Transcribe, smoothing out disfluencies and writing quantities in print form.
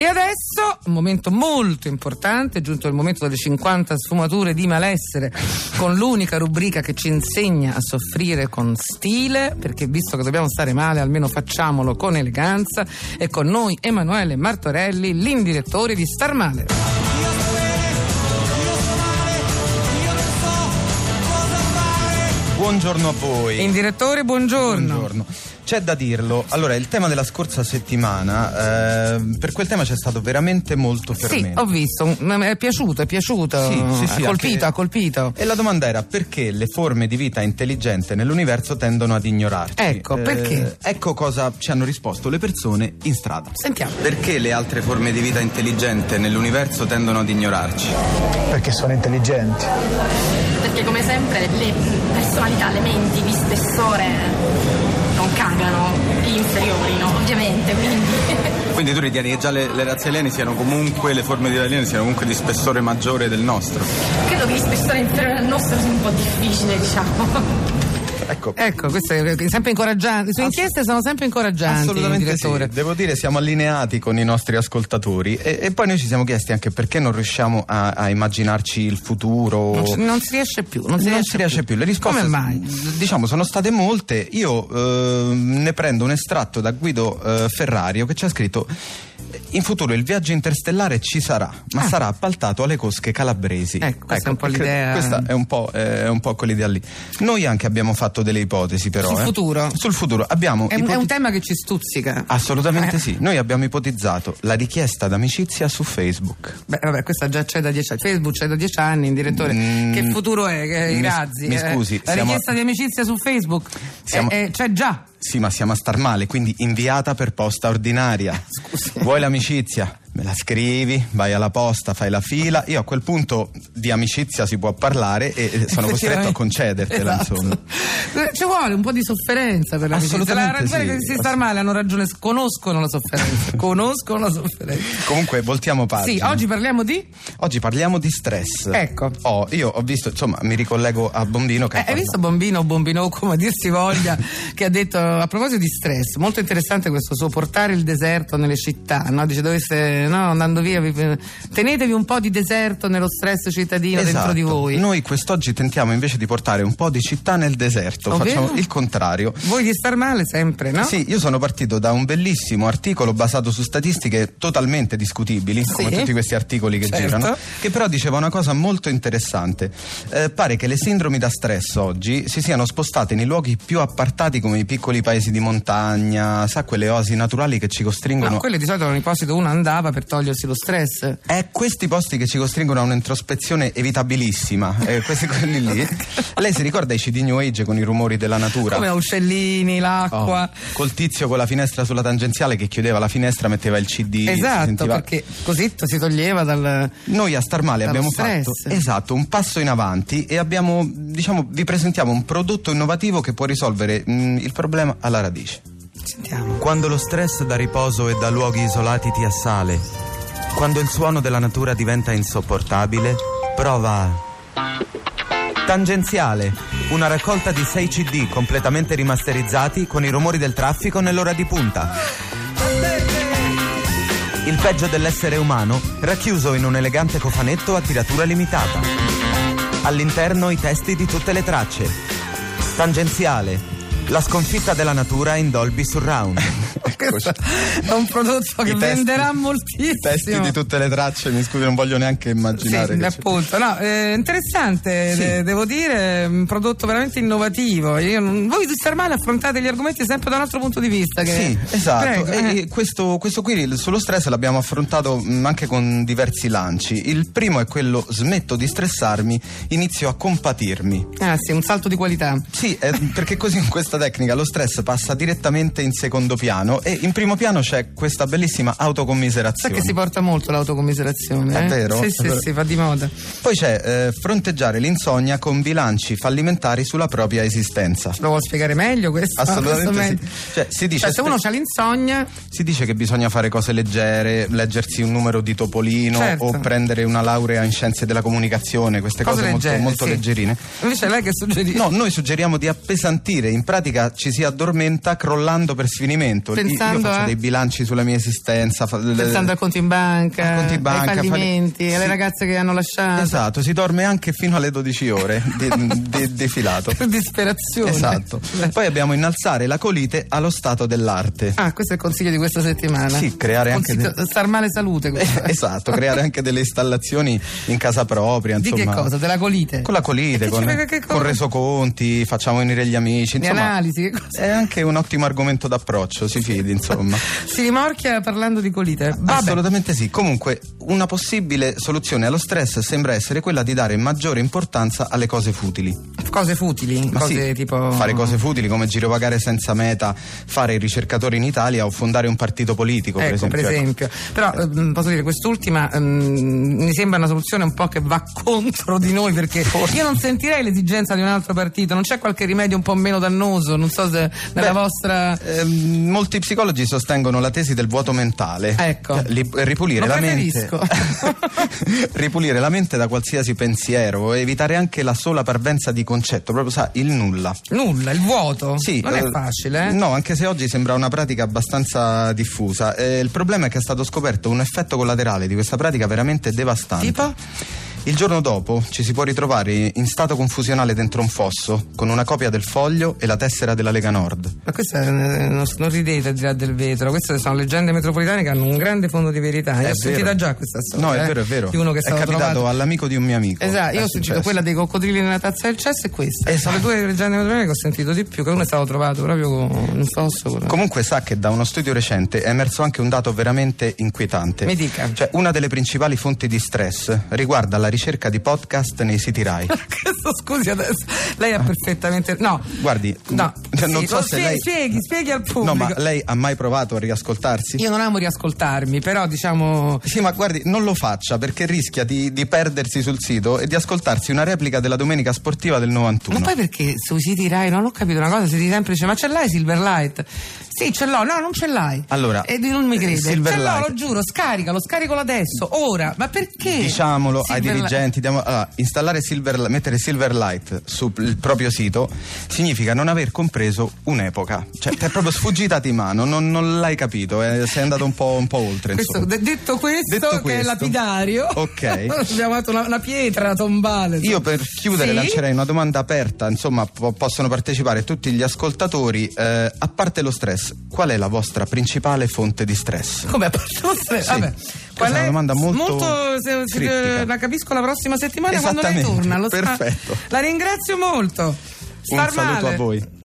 E adesso, un momento molto importante, è giunto il momento delle 50 sfumature di malessere, con l'unica rubrica che ci insegna a soffrire con stile, perché visto che dobbiamo stare male, almeno facciamolo con eleganza. E con noi Emanuele Martorelli, l'indirettore di Star Male. Buongiorno a voi. Indirettore, buongiorno. Buongiorno. C'è da dirlo, allora il tema della scorsa settimana, per quel tema c'è stato veramente molto fermento. Sì, ho visto, è piaciuto, Sì, ha colpito. E la domanda era: perché le forme di vita intelligente nell'universo tendono ad ignorarci? Ecco, perché? Ecco cosa ci hanno risposto le persone in strada. Sentiamo. Perché le altre forme di vita intelligente nell'universo tendono ad ignorarci? Perché sono intelligenti. Perché come sempre le personalità, le menti di spessore non cagano gli inferiori, no? Ovviamente, Quindi tu ritieni che già le razze aliene siano comunque, le forme di alieni siano comunque di spessore maggiore del nostro? credo che gli spessore inferiori al nostro sia un po' difficile, diciamo. Ecco, questo è sempre incoraggiante. Le sue inchieste sono sempre incoraggianti. Assolutamente direttore. sì. Devo dire, siamo allineati con i nostri ascoltatori e poi noi ci siamo chiesti anche perché non riusciamo a immaginarci il futuro. Non si riesce più. Non si riesce più. Le risposte, come mai? Diciamo, sono state molte. Io ne prendo un estratto da Guido Ferrario, che ci ha scritto: in futuro il viaggio interstellare ci sarà, ma sarà appaltato alle cosche calabresi. Questa è un po' l'idea. Questa è un po' quell'idea lì. Noi anche abbiamo fatto delle ipotesi, però. Sul futuro abbiamo è un tema che ci stuzzica. Assolutamente sì. Noi abbiamo ipotizzato la richiesta d'amicizia su Facebook. Beh, vabbè, questa già c'è da 10 anni. Facebook c'è da 10 anni, direttore. Che futuro è? I razzi? Mi scusi. La richiesta di amicizia su Facebook c'è già. Sì, ma siamo a Star Male, quindi inviata per posta ordinaria. Scusi. Vuoi l'amicizia? Me la scrivi, vai alla posta, fai la fila. Io a quel punto di amicizia si può parlare e sono costretto a concedertela, esatto. insomma. Ci vuole un po' di sofferenza per l'amicizia. Assolutamente sì. Che si Star Male hanno ragione, conoscono la sofferenza. Comunque voltiamo pagina. Sì, oggi parliamo di stress. Ecco. Io ho visto, insomma, mi ricollego a Bombino che hai visto Bombino, come dir si voglia, che ha detto a proposito di stress, molto interessante questo suo portare il deserto nelle città, no? Dice andando via tenetevi un po' di deserto nello stress cittadino, esatto. Dentro di voi. Noi quest'oggi tentiamo invece di portare un po' di città nel deserto. Facciamo il contrario. Voi di Star Male sempre, no? Sì, io sono partito da un bellissimo articolo basato su statistiche totalmente discutibili, come tutti questi articoli che girano, che però diceva una cosa molto interessante. Pare che le sindromi da stress oggi si siano spostate nei luoghi più appartati, come i piccoli paesi di montagna, sa, quelle oasi naturali che ci costringono. No, quelle di solito erano i posti dove uno andava per togliersi lo stress. Questi posti che ci costringono a un'introspezione evitabilissima, quelli lì. Lei si ricorda i CD New Age con i rumori della natura? Come uccellini, l'acqua. Col tizio con la finestra sulla tangenziale che chiudeva la finestra, metteva il CD. Esatto, perché così si toglieva dal. Noi a Star Male abbiamo stress. fatto un passo in avanti e abbiamo, vi presentiamo un prodotto innovativo che può risolvere il problema alla radice. Sentiamo. Quando lo stress da riposo e da luoghi isolati ti assale, quando il suono della natura diventa insopportabile, prova Tangenziale, una raccolta di 6 CD completamente rimasterizzati con i rumori del traffico nell'ora di punta. Il peggio dell'essere umano racchiuso in un elegante cofanetto a tiratura limitata. All'interno i testi di tutte le tracce. Tangenziale, la sconfitta della natura in Dolby Surround. Questo è un prodotto che venderà moltissimo. I testi di tutte le tracce, mi scusi, non voglio neanche immaginare. Sì, appunto. No, interessante, sì. Devo dire, un prodotto veramente innovativo. Voi di Star Male affrontate gli argomenti sempre da un altro punto di vista. Sì, esatto. Prego, e questo qui sullo stress l'abbiamo affrontato anche con diversi lanci. Il primo è quello: smetto di stressarmi, inizio a compatirmi. Sì, un salto di qualità. Sì, perché così in questa tecnica lo stress passa direttamente in secondo piano e in primo piano c'è questa bellissima autocommiserazione. Sa che si porta molto l'autocommiserazione? È vero? Sì, va di moda. Poi c'è fronteggiare l'insonnia con bilanci fallimentari sulla propria esistenza. Lo vuol spiegare meglio questo? Assolutamente sì. Cioè, si dice se uno ha l'insonnia, si dice che bisogna fare cose leggere, leggersi un numero di Topolino, o prendere una laurea in scienze della comunicazione, queste cose molto leggerine. Invece lei che suggerisce? No, noi suggeriamo di appesantire, in pratica ci si addormenta crollando per sfinimento, tutto. Pensando io faccio dei bilanci sulla mia esistenza. Pensando a conti in banca, ai fallimenti, alle ragazze che hanno lasciato. Esatto, si dorme anche fino alle 12 ore di filato. Per disperazione. Esatto. Poi abbiamo innalzare la colite allo stato dell'arte. Questo è il consiglio di questa settimana. Sì, creare anche star male salute. Esatto, creare anche delle installazioni in casa propria. Insomma. Di che cosa? Della colite? Con la colite, con resoconti, facciamo venire gli amici. Di insomma, analisi, che cosa? È anche un ottimo argomento d'approccio, si fidi, insomma. Si rimorchia parlando di colite. Vabbè. Assolutamente sì. Comunque, una possibile soluzione allo stress sembra essere quella di dare maggiore importanza alle cose futili. Cose futili? Ma cose sì, tipo... fare cose futili come girovagare senza meta, fare il ricercatore in Italia o fondare un partito politico, per esempio. Però posso dire, quest'ultima mi sembra una soluzione un po' che va contro di noi, perché io non sentirei l'esigenza di un altro partito. Non c'è qualche rimedio un po' meno dannoso? Non so se nella vostra... molti psicologi sostengono la tesi del vuoto mentale. Ecco. Ripulire la mente. Ripulire la mente da qualsiasi pensiero, evitare anche la sola parvenza di concetto, proprio il nulla. Nulla, il vuoto? Sì. Non è facile, No, anche se oggi sembra una pratica abbastanza diffusa. Il problema è che è stato scoperto un effetto collaterale di questa pratica veramente devastante. Tipo? Il giorno dopo ci si può ritrovare in stato confusionale dentro un fosso con una copia del foglio e la tessera della Lega Nord. Ma questa non ridete al di là del vetro, queste sono leggende metropolitane che hanno un grande fondo di verità. Io ho sentita già questa storia. No, è vero. Di uno che è capitato trovato all'amico di un mio amico. Esatto, io ho sentito quella dei coccodrilli nella tazza del cesso e questa. Sono le due leggende metropolitane che ho sentito di più, che uno è stato trovato proprio in un fosso. Comunque sa che da uno studio recente è emerso anche un dato veramente inquietante. Mi dica. Cioè, una delle principali fonti di stress riguarda la ricerca di podcast nei siti Rai. Scusi adesso, lei ha perfettamente... No. Guardi, no. Non so se lei... Spieghi al pubblico. No, ma lei ha mai provato a riascoltarsi? Io non amo riascoltarmi, però diciamo... Sì, ma guardi, non lo faccia, perché rischia di perdersi sul sito e di ascoltarsi una replica della domenica sportiva del 91. Ma poi perché sui siti Rai, non ho capito una cosa, si dice sempre, ma ce l'hai Silverlight? Sì, ce l'ho. No, non ce l'hai. Allora, e non mi crede. Silverlight. Ce l'ho, lo giuro, scaricalo adesso, ora. Ma perché? Diciamolo ai dirigenti. Mettere Silverlight sul proprio sito significa non aver compreso un'epoca. Cioè, ti è proprio sfuggita di mano, non l'hai capito, sei andato un po' oltre. Detto questo, che è lapidario. Ok. Abbiamo fatto una pietra tombale. Io per chiudere lancerei una domanda aperta, insomma, possono partecipare tutti gli ascoltatori. A parte lo stress, qual è la vostra principale fonte di stress? Come a parte lo stress? Sì. Vabbè. Questa è una domanda molto la capisco la prossima settimana quando lei torna. Perfetto. La ringrazio molto. Un saluto a voi.